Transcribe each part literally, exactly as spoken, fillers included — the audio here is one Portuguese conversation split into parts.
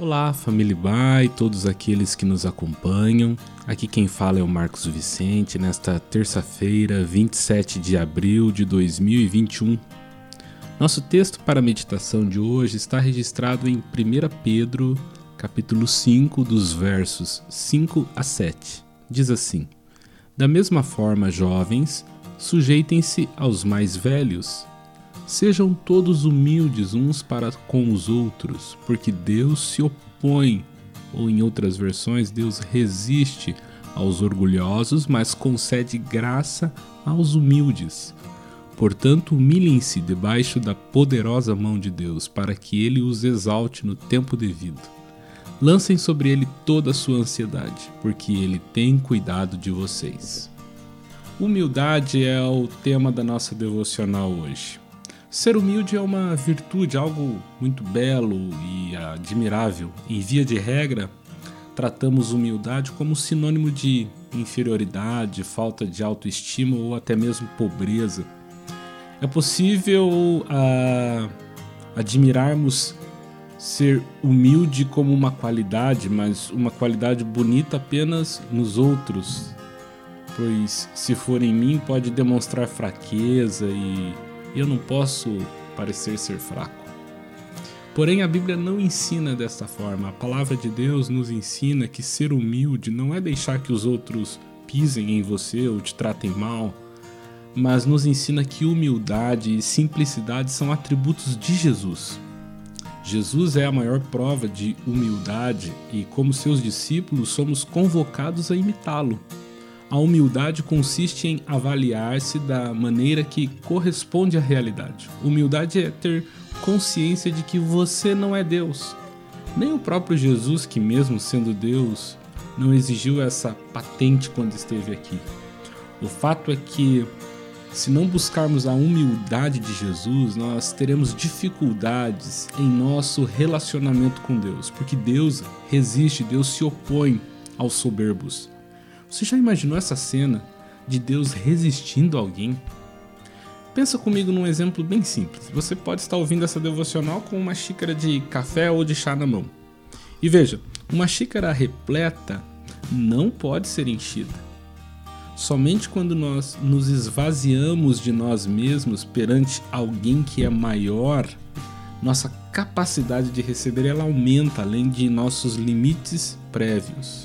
Olá, família Bai, todos aqueles que nos acompanham. Aqui quem fala é o Marcos Vicente, nesta terça-feira, vinte e sete de abril de dois mil e vinte e um. Nosso texto para a meditação de hoje está registrado em primeira Pedro, capítulo cinco, dos versos cinco a sete. Diz assim: Da mesma forma, jovens, sujeitem-se aos mais velhos. Sejam todos humildes uns para com os outros, porque Deus se opõe, ou em outras versões, Deus resiste aos orgulhosos, mas concede graça aos humildes. Portanto, humilhem-se debaixo da poderosa mão de Deus, para que Ele os exalte no tempo devido. Lancem sobre Ele toda a sua ansiedade, porque Ele tem cuidado de vocês. Humildade é o tema da nossa devocional hoje. Ser humilde é uma virtude, algo muito belo e admirável. Em via de regra, tratamos humildade como sinônimo de inferioridade, falta de autoestima ou até mesmo pobreza. É possível uh, admirarmos ser humilde como uma qualidade, mas uma qualidade bonita apenas nos outros, pois se for em mim pode demonstrar fraqueza e eu não posso parecer ser fraco. Porém, a Bíblia não ensina desta forma. A palavra de Deus nos ensina que ser humilde não é deixar que os outros pisem em você ou te tratem mal, mas nos ensina que humildade e simplicidade são atributos de Jesus. Jesus é a maior prova de humildade e, como seus discípulos, somos convocados a imitá-lo. A humildade consiste em avaliar-se da maneira que corresponde à realidade. Humildade é ter consciência de que você não é Deus. Nem o próprio Jesus, que mesmo sendo Deus, não exigiu essa patente quando esteve aqui. O fato é que, se não buscarmos a humildade de Jesus, nós teremos dificuldades em nosso relacionamento com Deus, porque Deus resiste, Deus se opõe aos soberbos. Você já imaginou essa cena de Deus resistindo a alguém? Pensa comigo num exemplo bem simples. Você pode estar ouvindo essa devocional com uma xícara de café ou de chá na mão. E veja, uma xícara repleta não pode ser enchida. Somente quando nós nos esvaziamos de nós mesmos perante alguém que é maior, nossa capacidade de receber ela aumenta além de nossos limites prévios.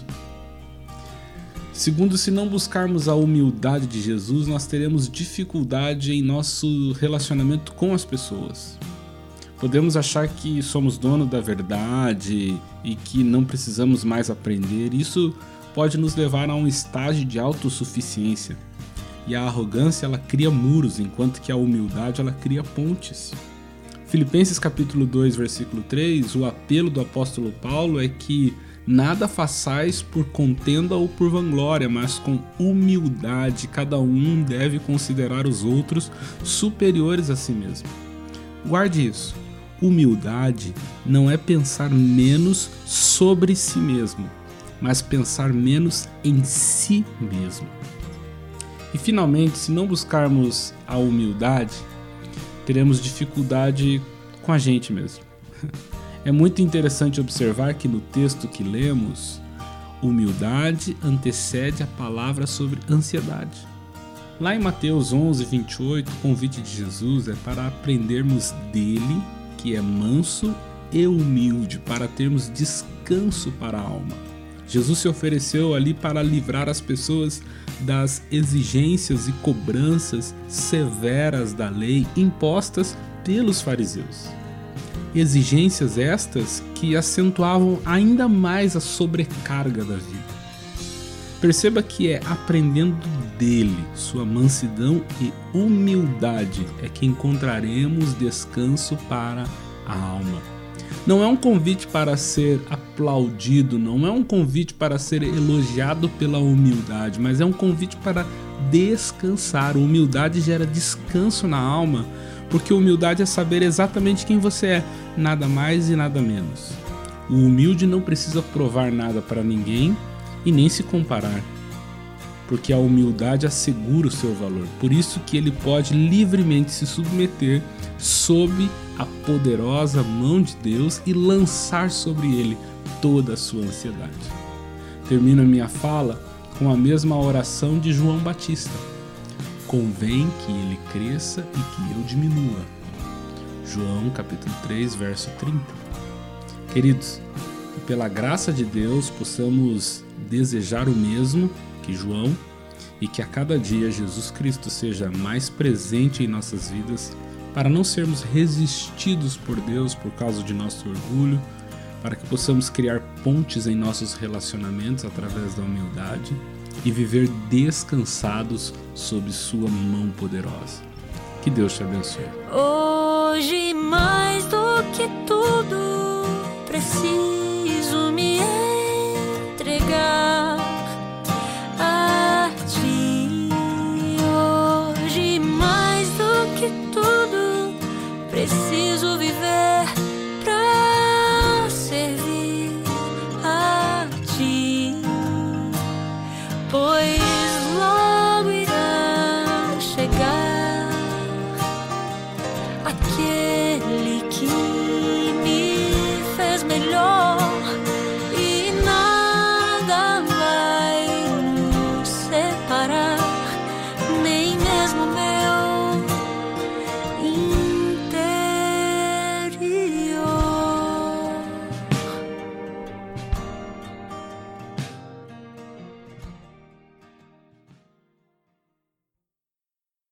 Segundo, se não buscarmos a humildade de Jesus, nós teremos dificuldade em nosso relacionamento com as pessoas. Podemos achar que somos dono da verdade e que não precisamos mais aprender. Isso pode nos levar a um estágio de autossuficiência. E a arrogância, ela cria muros, enquanto que a humildade, ela cria pontes. Filipenses capítulo dois, versículo três, o apelo do apóstolo Paulo é que nada façais por contenda ou por vanglória, mas com humildade cada um deve considerar os outros superiores a si mesmo. Guarde isso. Humildade não é pensar menos sobre si mesmo, mas pensar menos em si mesmo. E finalmente, se não buscarmos a humildade, teremos dificuldade com a gente mesmo. É muito interessante observar que no texto que lemos, humildade antecede a palavra sobre ansiedade. Lá em Mateus onze, vinte e oito, o convite de Jesus é para aprendermos dele, que é manso e humilde, para termos descanso para a alma. Jesus se ofereceu ali para livrar as pessoas das exigências e cobranças severas da lei impostas pelos fariseus. Exigências estas que acentuavam ainda mais a sobrecarga da vida. Perceba que é aprendendo dele, sua mansidão e humildade, é que encontraremos descanso para a alma. Não é um convite para ser aplaudido, não é um convite para ser elogiado pela humildade, mas é um convite para descansar. Humildade gera descanso na alma, porque humildade é saber exatamente quem você é, nada mais e nada menos. O humilde não precisa provar nada para ninguém e nem se comparar. porque a humildade assegura o seu valor. Por isso que ele pode livremente se submeter sob a poderosa mão de Deus e lançar sobre ele toda a sua ansiedade. Termino a minha fala com a mesma oração de João Batista. Convém que ele cresça e que eu diminua. João capítulo três, verso trinta. Queridos, que pela graça de Deus possamos desejar o mesmo que João e que a cada dia Jesus Cristo seja mais presente em nossas vidas para não sermos resistidos por Deus por causa de nosso orgulho, para que possamos criar pontes em nossos relacionamentos através da humildade e viver descansados sob sua mão poderosa. Que Deus te abençoe. Hoje mais